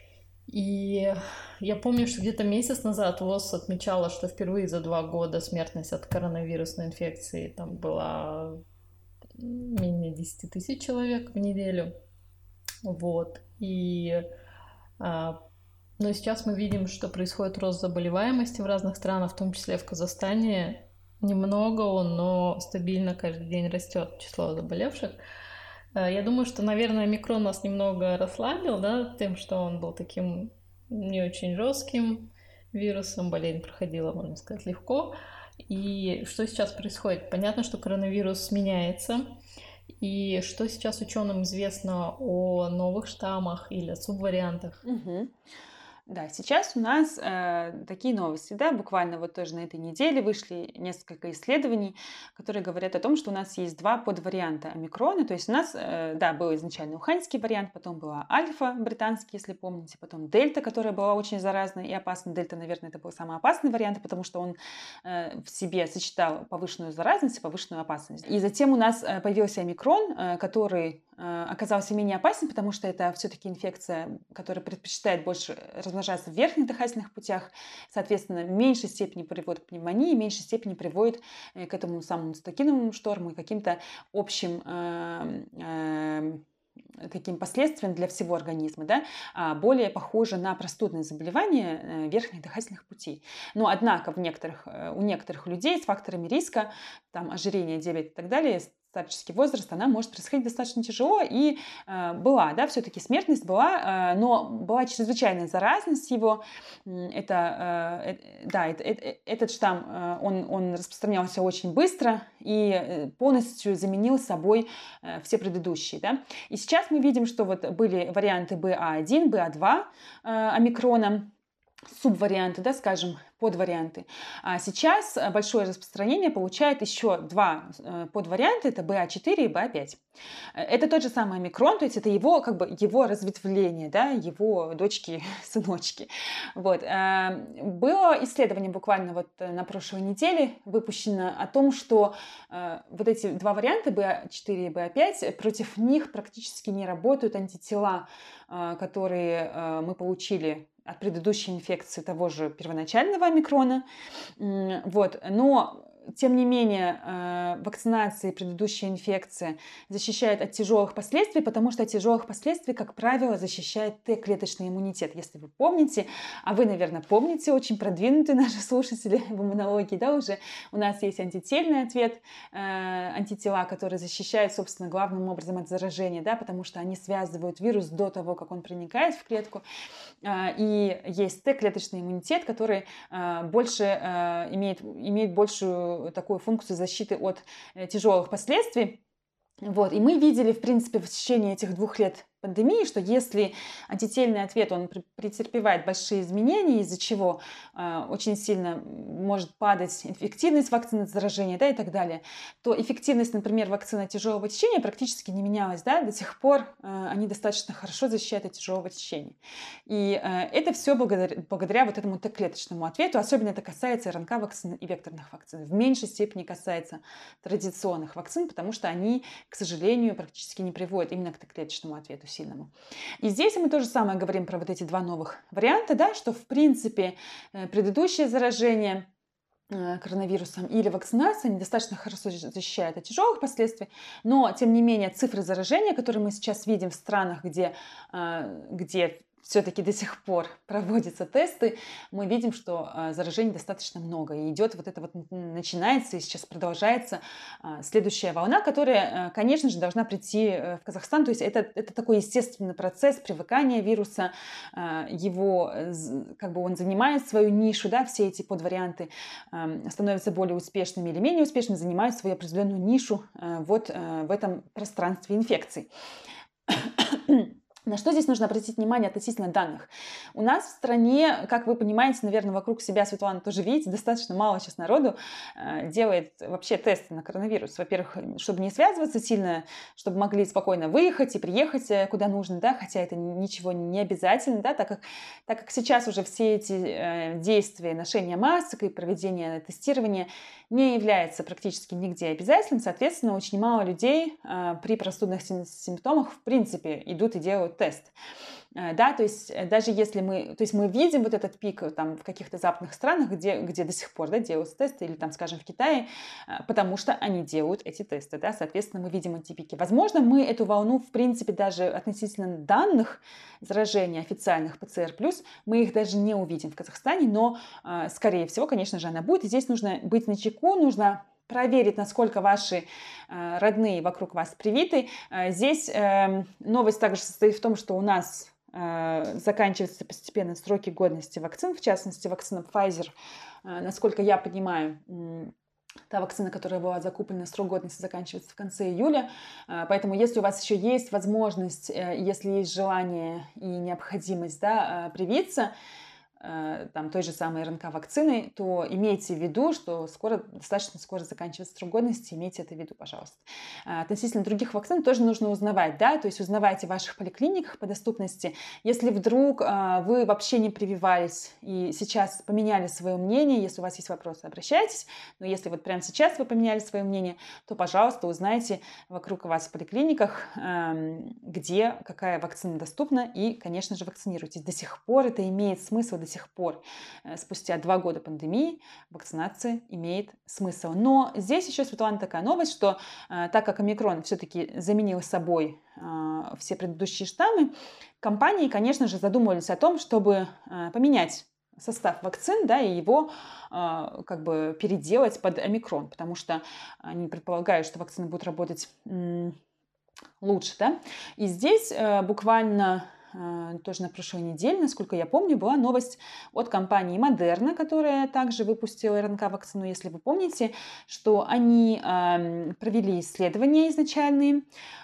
И я помню, что где-то месяц назад ВОЗ отмечала, что впервые за два года смертность от коронавирусной инфекции там была менее десять тысяч человек в неделю. Вот. И, а, но сейчас мы видим, что происходит рост заболеваемости в разных странах, в том числе в Казахстане. Немного он, но стабильно каждый день растет число заболевших. Я думаю, что, наверное, омикрон нас немного расслабил, да, тем, что он был таким не очень жестким вирусом, болезнь проходила, можно сказать, легко. И что сейчас происходит? Понятно, что коронавирус меняется. И что сейчас ученым известно о новых штаммах или субвариантах? Угу. Да, сейчас у нас э, такие новости, да, буквально вот тоже на этой неделе вышли несколько исследований, которые говорят о том, что у нас есть два подварианта омикрона, то есть у нас, э, да, был изначально уханьский вариант, потом была альфа британский, если помните, потом дельта, которая была очень заразной и опасной. Дельта, наверное, это был самый опасный вариант, потому что он э, в себе сочетал повышенную заразность и повышенную опасность. И затем у нас э, появился омикрон, э, который э, оказался менее опасен, потому что это все-таки инфекция, которая предпочитает больше размножаться в верхних дыхательных путях, соответственно, в меньшей степени приводит к пневмонии, в меньшей степени приводит к этому самому цитокиновому шторму и каким-то общим э, э, таким последствиям для всего организма, да, более похоже на простудные заболевания верхних дыхательных путей. Но, однако, в некоторых, у некоторых людей с факторами риска, там, ожирение, диабет и так далее, старческий возраст, она может происходить достаточно тяжело, и э, была, да, все-таки смертность была, э, но была чрезвычайная заразность его, это, э, э, да, это, э, этот штамм, э, он, он распространялся очень быстро и полностью заменил собой э, все предыдущие, да, и сейчас мы видим, что вот были варианты бэ а один, бэ а два э, омикрона, субварианты, да, скажем, подварианты. А сейчас большое распространение получает еще два подварианта, это бэ а четыре и бэ а пять. Это тот же самый омикрон, то есть это его, как бы, его разветвление, да, его дочки-сыночки. Вот. Было исследование буквально вот на прошлой неделе выпущено о том, что вот эти два варианта, бэ а четыре и бэ а пять, против них практически не работают антитела, которые мы получили от предыдущей инфекции того же первоначального омикрона. Вот. Но, тем не менее, вакцинация и предыдущая инфекция защищает от тяжелых последствий, потому что от тяжелых последствий, как правило, защищает Т-клеточный иммунитет. Если вы помните, а вы, наверное, помните, очень продвинутые наши слушатели в иммунологии, да, уже у нас есть антительный ответ, антитела, которые защищают, собственно, главным образом от заражения, да, потому что они связывают вирус до того, как он проникает в клетку. И есть Т-клеточный иммунитет, который больше имеет, имеет большую такую функцию защиты от тяжелых последствий. Вот. И мы видели, в принципе, в течение этих двух лет пандемии, что если антительный ответ, он претерпевает большие изменения, из-за чего э, очень сильно может падать эффективность вакцины от заражения, да, и так далее, то эффективность, например, вакцины от тяжелого течения практически не менялась, да, до сих пор э, они достаточно хорошо защищают от тяжелого течения. И э, это все благодаря, благодаря вот этому Т-клеточному ответу, особенно это касается эр эн ка-вакцин и векторных вакцин. В меньшей степени касается традиционных вакцин, потому что они, к сожалению, практически не приводят именно к Т-клеточному ответу сильному. И здесь мы то же самое говорим про вот эти два новых варианта, да, что в принципе предыдущее заражение коронавирусом или вакцинация недостаточно хорошо защищает от тяжелых последствий, но тем не менее цифры заражения, которые мы сейчас видим в странах, где, где все-таки до сих пор проводятся тесты, мы видим, что э, заражений достаточно много. И идет вот это вот, начинается и сейчас продолжается э, следующая волна, которая, э, конечно же, должна прийти э, в Казахстан. То есть это, это такой естественный процесс привыкания вируса. Э, его, э, как бы он занимает свою нишу, да, все эти подварианты э, становятся более успешными или менее успешными, занимают свою определенную нишу э, вот э, в этом пространстве инфекций. На что здесь нужно обратить внимание относительно данных? У нас в стране, как вы понимаете, наверное, вокруг себя, Светлана, тоже видите, достаточно мало сейчас народу э, делает вообще тесты на коронавирус. Во-первых, чтобы не связываться сильно, чтобы могли спокойно выехать и приехать куда нужно, да, хотя это ничего не обязательно, да, так как, так как сейчас уже все эти э, действия ношения масок и проведения тестирования не является практически нигде обязательным, соответственно, очень мало людей э, при простудных симптомах в принципе идут и делают тест. Да, то есть даже если мы, то есть мы видим вот этот пик там в каких-то западных странах, где, где до сих пор, да, делаются тесты, или там, скажем, в Китае, потому что они делают эти тесты, да, соответственно, мы видим эти пики. Возможно, мы эту волну, в принципе, даже относительно данных заражения официальных пэ цэ эр плюс, мы их даже не увидим в Казахстане, но, скорее всего, конечно же, она будет, и здесь нужно быть начеку, нужно проверить, насколько ваши э, родные вокруг вас привиты. Э, здесь э, новость также состоит в том, что у нас э, заканчиваются постепенно сроки годности вакцин, в частности, вакцина Pfizer, э, насколько я понимаю, э, та вакцина, которая была закуплена, срок годности заканчивается в конце июля. Э, поэтому, если у вас еще есть возможность, э, если есть желание и необходимость, да, э, привиться, там, той же самой РНК-вакцины, то имейте в виду, что скоро, достаточно скоро заканчивается срок годности, имейте это в виду, пожалуйста. Относительно других вакцин тоже нужно узнавать, да, то есть узнавайте в ваших поликлиниках по доступности. Если вдруг вы вообще не прививались и сейчас поменяли свое мнение, если у вас есть вопросы, обращайтесь, но если вот прямо сейчас вы поменяли свое мнение, то, пожалуйста, узнайте вокруг вас в поликлиниках, где какая вакцина доступна, и, конечно же, вакцинируйтесь. До сих пор это имеет смысл, до сих пор, спустя два года пандемии, вакцинация имеет смысл. Но здесь еще, Светлана, такая новость, что так как омикрон все-таки заменил собой все предыдущие штаммы, компании, конечно же, задумывались о том, чтобы поменять состав вакцин, да, и его э, как бы переделать под омикрон, потому что они предполагают, что вакцины будут работать м- лучше, да. И здесь э, буквально э, тоже на прошлой неделе, насколько я помню, была новость от компании Moderna, которая также выпустила РНК-вакцину, если вы помните, что они э, провели исследования изначальные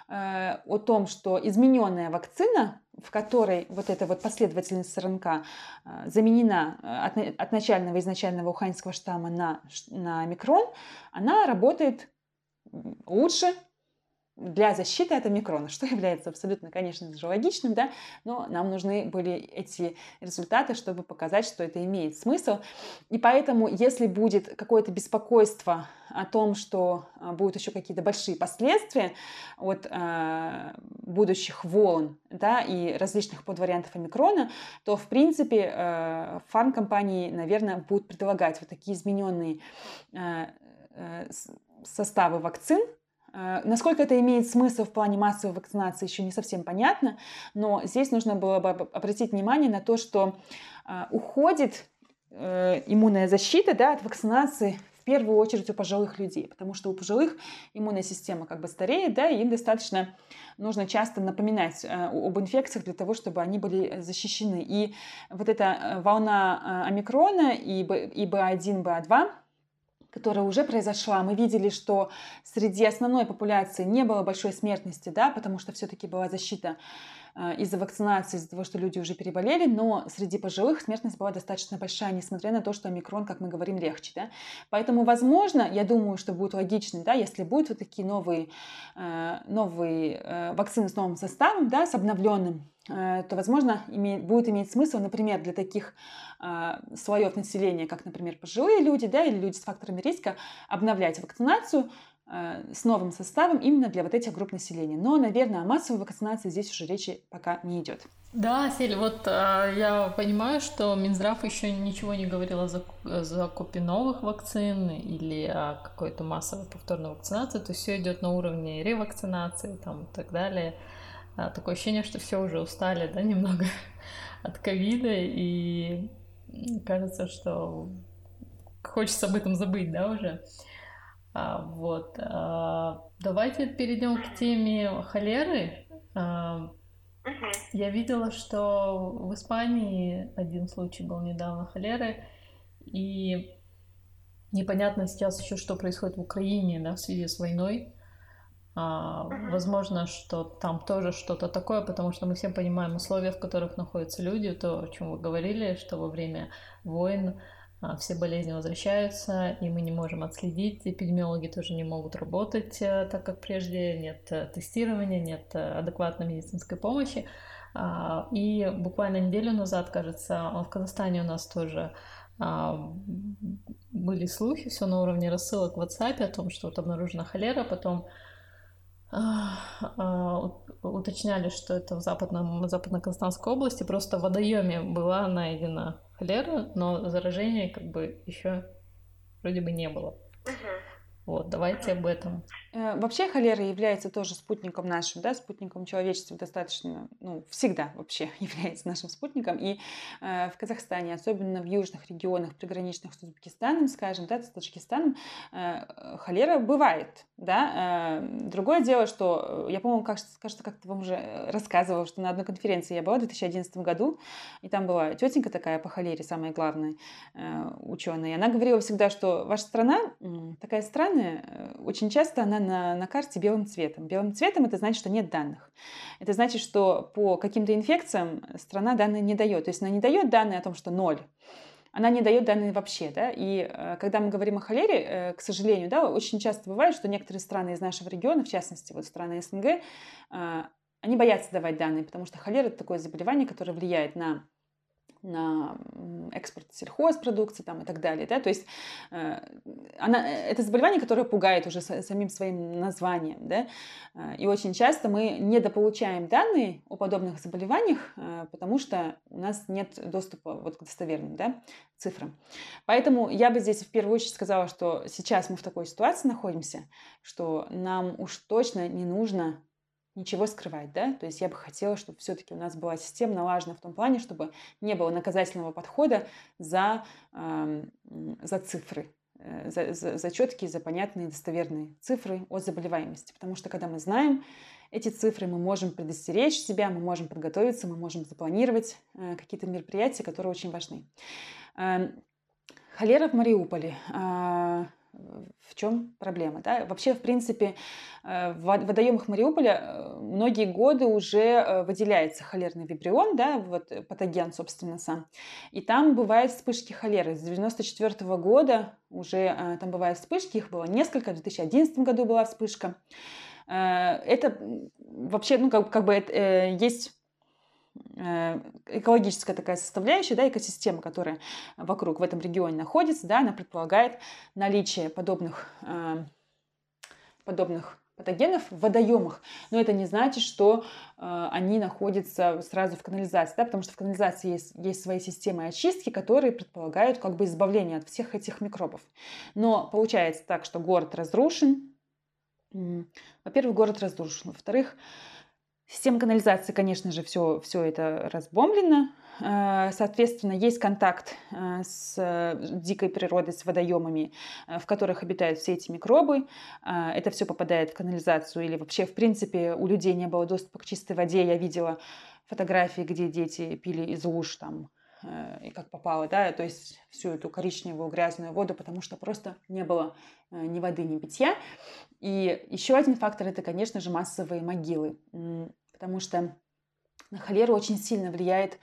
э, о том, что измененная вакцина, в которой вот эта вот последовательность РНК заменена от, от начального изначального уханьского штамма на, на омикрон, она работает лучше для защиты от омикрона, что является абсолютно, конечно же, логичным, да, но нам нужны были эти результаты, чтобы показать, что это имеет смысл. И поэтому, если будет какое-то беспокойство о том, что будут еще какие-то большие последствия от э, будущих волн, да, и различных подвариантов омикрона, то, в принципе, э, фармкомпании, наверное, будут предлагать вот такие измененные э, э, составы вакцин. Насколько это имеет смысл в плане массовой вакцинации, еще не совсем понятно, но здесь нужно было бы обратить внимание на то, что уходит иммунная защита, да, от вакцинации в первую очередь у пожилых людей, потому что у пожилых иммунная система как бы стареет, да, и им достаточно нужно часто напоминать об инфекциях для того, чтобы они были защищены. И вот эта волна омикрона и бэ один, бэ два, которая уже произошла, мы видели, что среди основной популяции не было большой смертности, да, потому что все-таки была защита э, из-за вакцинации, из-за того, что люди уже переболели, но среди пожилых смертность была достаточно большая, несмотря на то, что омикрон, как мы говорим, легче. Да. Поэтому, возможно, я думаю, что будет логично, да, если будут вот такие новые, э, новые э, вакцины с новым составом, да, с обновленным, то, возможно, имеет, будет иметь смысл, например, для таких э, слоев населения, как, например, пожилые люди, да, или люди с факторами риска, обновлять вакцинацию э, с новым составом именно для вот этих групп населения. Но, наверное, о массовой вакцинации здесь уже речи пока не идет. Да, Сель, вот э, я понимаю, что Минздрав еще ничего не говорил о закупе новых вакцин или о какой-то массовой повторной вакцинации, то есть все идет на уровне ревакцинации там, и так далее. Такое ощущение, что все уже устали, да, немного от ковида, и кажется, что хочется об этом забыть, да, уже. А, вот. А, давайте перейдем к теме холеры. А, я видела, что в Испании один случай был недавно холеры, и непонятно сейчас еще, что происходит в Украине, да, в связи с войной. Uh, возможно, что там тоже что-то такое, потому что мы все понимаем условия, в которых находятся люди, то, о чем вы говорили, что во время войн uh, все болезни возвращаются, и мы не можем отследить, эпидемиологи тоже не могут работать uh, так, как прежде, нет uh, тестирования, нет uh, адекватной медицинской помощи. Uh, и буквально неделю назад, кажется, в Казахстане у нас тоже uh, были слухи, все на уровне рассылок в WhatsApp о том, что вот обнаружена холера, потом уточняли, что это в западном, Западно-Казахстанской области, просто в водоеме была найдена холера, но заражения как бы еще вроде бы не было. Вот, давайте об этом. Вообще холера является тоже спутником нашим, да, спутником человечества достаточно, ну, всегда вообще является нашим спутником. И э, в Казахстане, особенно в южных регионах, приграничных с Узбекистаном, скажем, да, с Таджикистаном, э, холера бывает, да. Э, другое дело, что, я, по-моему, кажется, кажется, как-то вам уже рассказывала, что на одной конференции я была в две тысячи одиннадцатом году, и там была тетенька такая по холере, самая главная э, ученая, и она говорила всегда, что ваша страна э, такая странная, данные, очень часто она на, на карте белым цветом. Белым цветом это значит, что нет данных. Это значит, что по каким-то инфекциям страна данные не дает. То есть она не дает данные о том, что ноль. Она не дает данные вообще, да, и э, когда мы говорим о холере, э, к сожалению, да, очень часто бывает, что некоторые страны из нашего региона, в частности, вот страны СНГ, э, они боятся давать данные, потому что холера – это такое заболевание, которое влияет на на экспорт сельхозпродукции там, и так далее. Да? То есть э, она, это заболевание, которое пугает уже самим своим названием. Да? И очень часто мы недополучаем данные о подобных заболеваниях, э, потому что у нас нет доступа вот, к достоверным, да, цифрам. Поэтому я бы здесь в первую очередь сказала, что сейчас мы в такой ситуации находимся, что нам уж точно не нужно ничего скрывать, да, то есть я бы хотела, чтобы все-таки у нас была система налажена в том плане, чтобы не было наказательного подхода за, э, за цифры, э, за, за, за четкие, за понятные, достоверные цифры о заболеваемости, потому что когда мы знаем эти цифры, мы можем предостеречь себя, мы можем подготовиться, мы можем запланировать э, какие-то мероприятия, которые очень важны. Э, холера в Мариуполе. Э, В чем проблема? Да? Вообще, в принципе, в водоемах Мариуполя многие годы уже выделяется холерный вибрион, да, вот патоген, собственно, сам. И там бывают вспышки холеры. С девяносто четвёртого года уже там бывают вспышки, их было несколько. В две тысячи одиннадцатом году была вспышка. Это вообще, ну, как, как бы это, есть экологическая такая составляющая, да, экосистема, которая вокруг в этом регионе находится, да, она предполагает наличие подобных, э, подобных патогенов в водоемах. Но это не значит, что э, они находятся сразу в канализации, да, потому что в канализации есть, есть свои системы очистки, которые предполагают как бы избавление от всех этих микробов. Но получается так, что город разрушен. Во-первых, город разрушен. Во-вторых, система канализации, конечно же, все, все это разбомблено. Соответственно, есть контакт с дикой природой, с водоемами, в которых обитают все эти микробы. Это все попадает в канализацию или вообще, в принципе, у людей не было доступа к чистой воде. Я видела фотографии, где дети пили из луж там, и как попало, да, то есть всю эту коричневую грязную воду, потому что просто не было ни воды, ни питья. И еще один фактор – это, конечно же, массовые могилы, потому что на холеру очень сильно влияет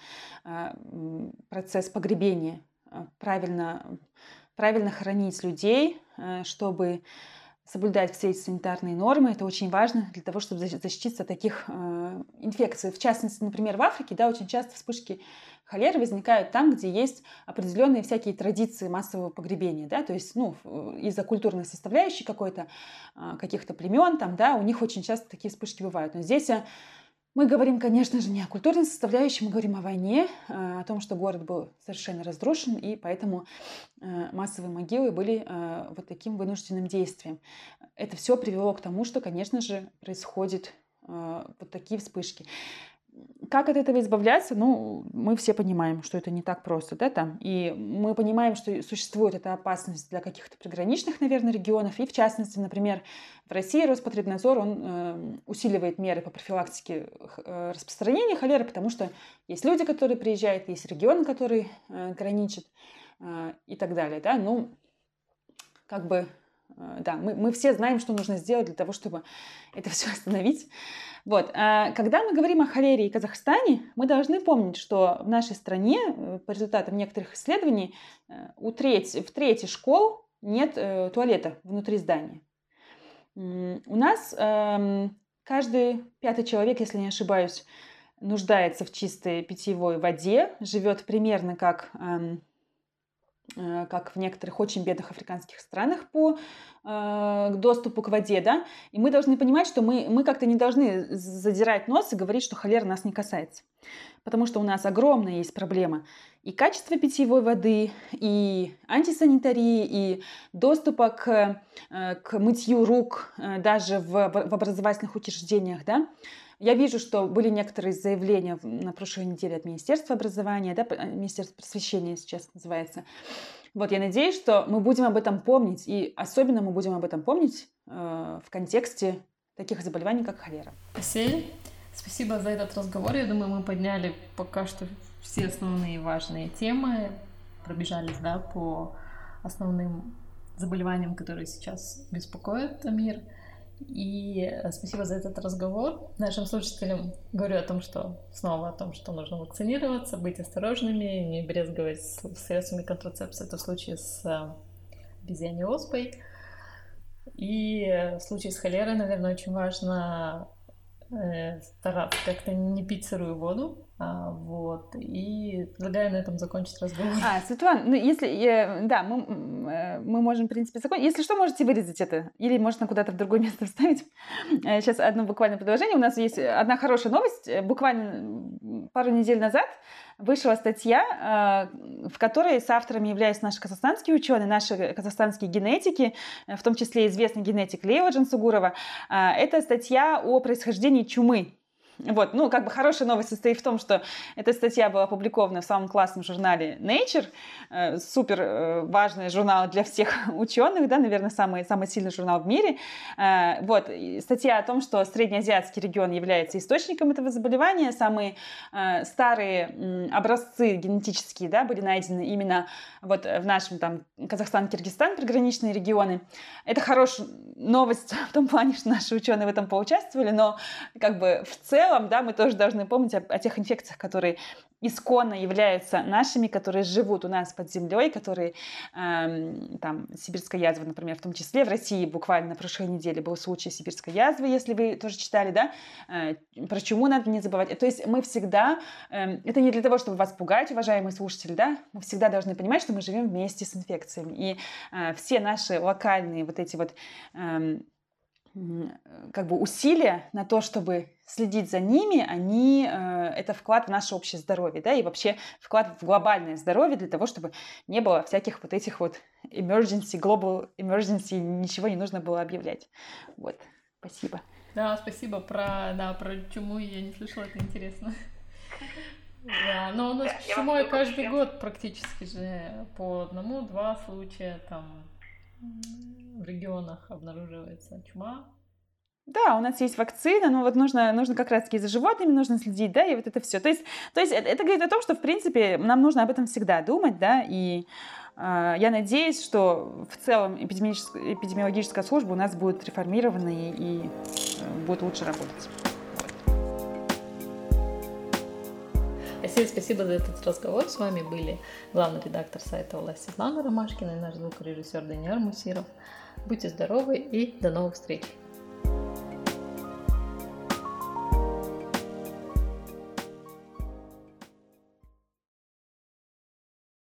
процесс погребения. Правильно, правильно хоронить людей, чтобы соблюдать все эти санитарные нормы. Это очень важно для того, чтобы защититься от таких инфекций. В частности, например, в Африке, да, очень часто вспышки холеры возникают там, где есть определенные всякие традиции массового погребения, да, то есть, ну, из-за культурной составляющей какой-то, каких-то племен, там, да, у них очень часто такие вспышки бывают. Но здесь мы говорим, конечно же, не о культурной составляющей, мы говорим о войне, о том, что город был совершенно разрушен, и поэтому массовые могилы были вот таким вынужденным действием. Это все привело к тому, что, конечно же, происходят вот такие вспышки. Как от этого избавляться? Ну, мы все понимаем, что это не так просто, да, там. И мы понимаем, что существует эта опасность для каких-то приграничных, наверное, регионов. И, в частности, например, в России Роспотребнадзор, он э, усиливает меры по профилактике э, распространения холеры, потому что есть люди, которые приезжают, есть регионы, которые э, граничат э, и так далее, да. Ну, как бы, э, да, мы, мы все знаем, что нужно сделать для того, чтобы это все остановить. Вот. Когда мы говорим о холере и Казахстане, мы должны помнить, что в нашей стране, по результатам некоторых исследований, у треть, в трети школ нет туалета внутри здания. У нас каждый пятый человек, если не ошибаюсь, нуждается в чистой питьевой воде, живет примерно как, как в некоторых очень бедных африканских странах по к доступу к воде, да, и мы должны понимать, что мы, мы как-то не должны задирать нос и говорить, что холера нас не касается, потому что у нас огромная есть проблема и качества питьевой воды, и антисанитарии, и доступа к, к мытью рук даже в, в образовательных учреждениях, да. Я вижу, что были некоторые заявления на прошлой неделе от Министерства образования, да, Министерства просвещения сейчас называется. Вот, я надеюсь, что мы будем об этом помнить, и особенно мы будем об этом помнить э, в контексте таких заболеваний, как холера. Асель, спасибо за этот разговор. Я думаю, мы подняли пока что все основные важные темы, пробежались, да, по основным заболеваниям, которые сейчас беспокоят мир. И спасибо за этот разговор. Нашим слушателям говорю о том, что снова о том, что нужно вакцинироваться, быть осторожными, не брезговать средствами контрацепции, это в случае с обезьяньей оспой. И в случае с холерой, наверное, очень важно э, стараться как-то не пить сырую воду. А, вот. И предлагаю на этом закончить разговор. А, Светлана, ну если, э, да, мы, мы можем, в принципе, закончить. Если что, можете вырезать это. Или можно куда-то в другое место вставить. Сейчас одно буквально предложение. У нас есть одна хорошая новость. Буквально пару недель назад вышла статья, в которой с авторами являются наши казахстанские ученые, наши казахстанские генетики, в том числе известный генетик Лейла Жансугурова. Это статья о происхождении чумы. Вот, ну, как бы хорошая новость состоит в том, что эта статья была опубликована в самом классном журнале Nature, э, супер э, важный журнал для всех ученых, да, наверное, самый, самый сильный журнал в мире. Э, вот, статья о том, что среднеазиатский регион является источником этого заболевания, самые э, старые э, образцы генетические, да, были найдены именно вот в нашем там Казахстан, Киргизстан, приграничные регионы. Это хорошая новость в том плане, что наши ученые в этом поучаствовали, но как бы в целом В целом, да, мы тоже должны помнить о, о тех инфекциях, которые исконно являются нашими, которые живут у нас под землей, которые, эм, там, сибирская язва, например, в том числе в России буквально на прошлой неделе был случай сибирской язвы, если вы тоже читали, да, э, про чуму надо не забывать. То есть мы всегда, э, это не для того, чтобы вас пугать, уважаемые слушатели, да, мы всегда должны понимать, что мы живем вместе с инфекциями. И э, все наши локальные вот эти вот э, как бы усилия на то, чтобы следить за ними, они, э, это вклад в наше общее здоровье, да, и вообще вклад в глобальное здоровье для того, чтобы не было всяких вот этих вот emergency, global emergency, ничего не нужно было объявлять. Вот, спасибо. Да, спасибо. Про, да, про чуму я не слышала, это интересно. Да, но у нас с чумой каждый год практически же по одному-два случая там в регионах обнаруживается чума. Да, у нас есть вакцина, но вот нужно, нужно как раз-таки за животными нужно следить, да, и вот это все. То есть, то есть это, это говорит о том, что, в принципе, нам нужно об этом всегда думать, да, и э, я надеюсь, что в целом эпидемиологическая, эпидемиологическая служба у нас будет реформирована и, и э, будет лучше работать. Всем спасибо за этот разговор. С вами были главный редактор сайта Власть Светлана Ромашкина и наш звукорежиссер Даниил Мусиров. Будьте здоровы и до новых встреч!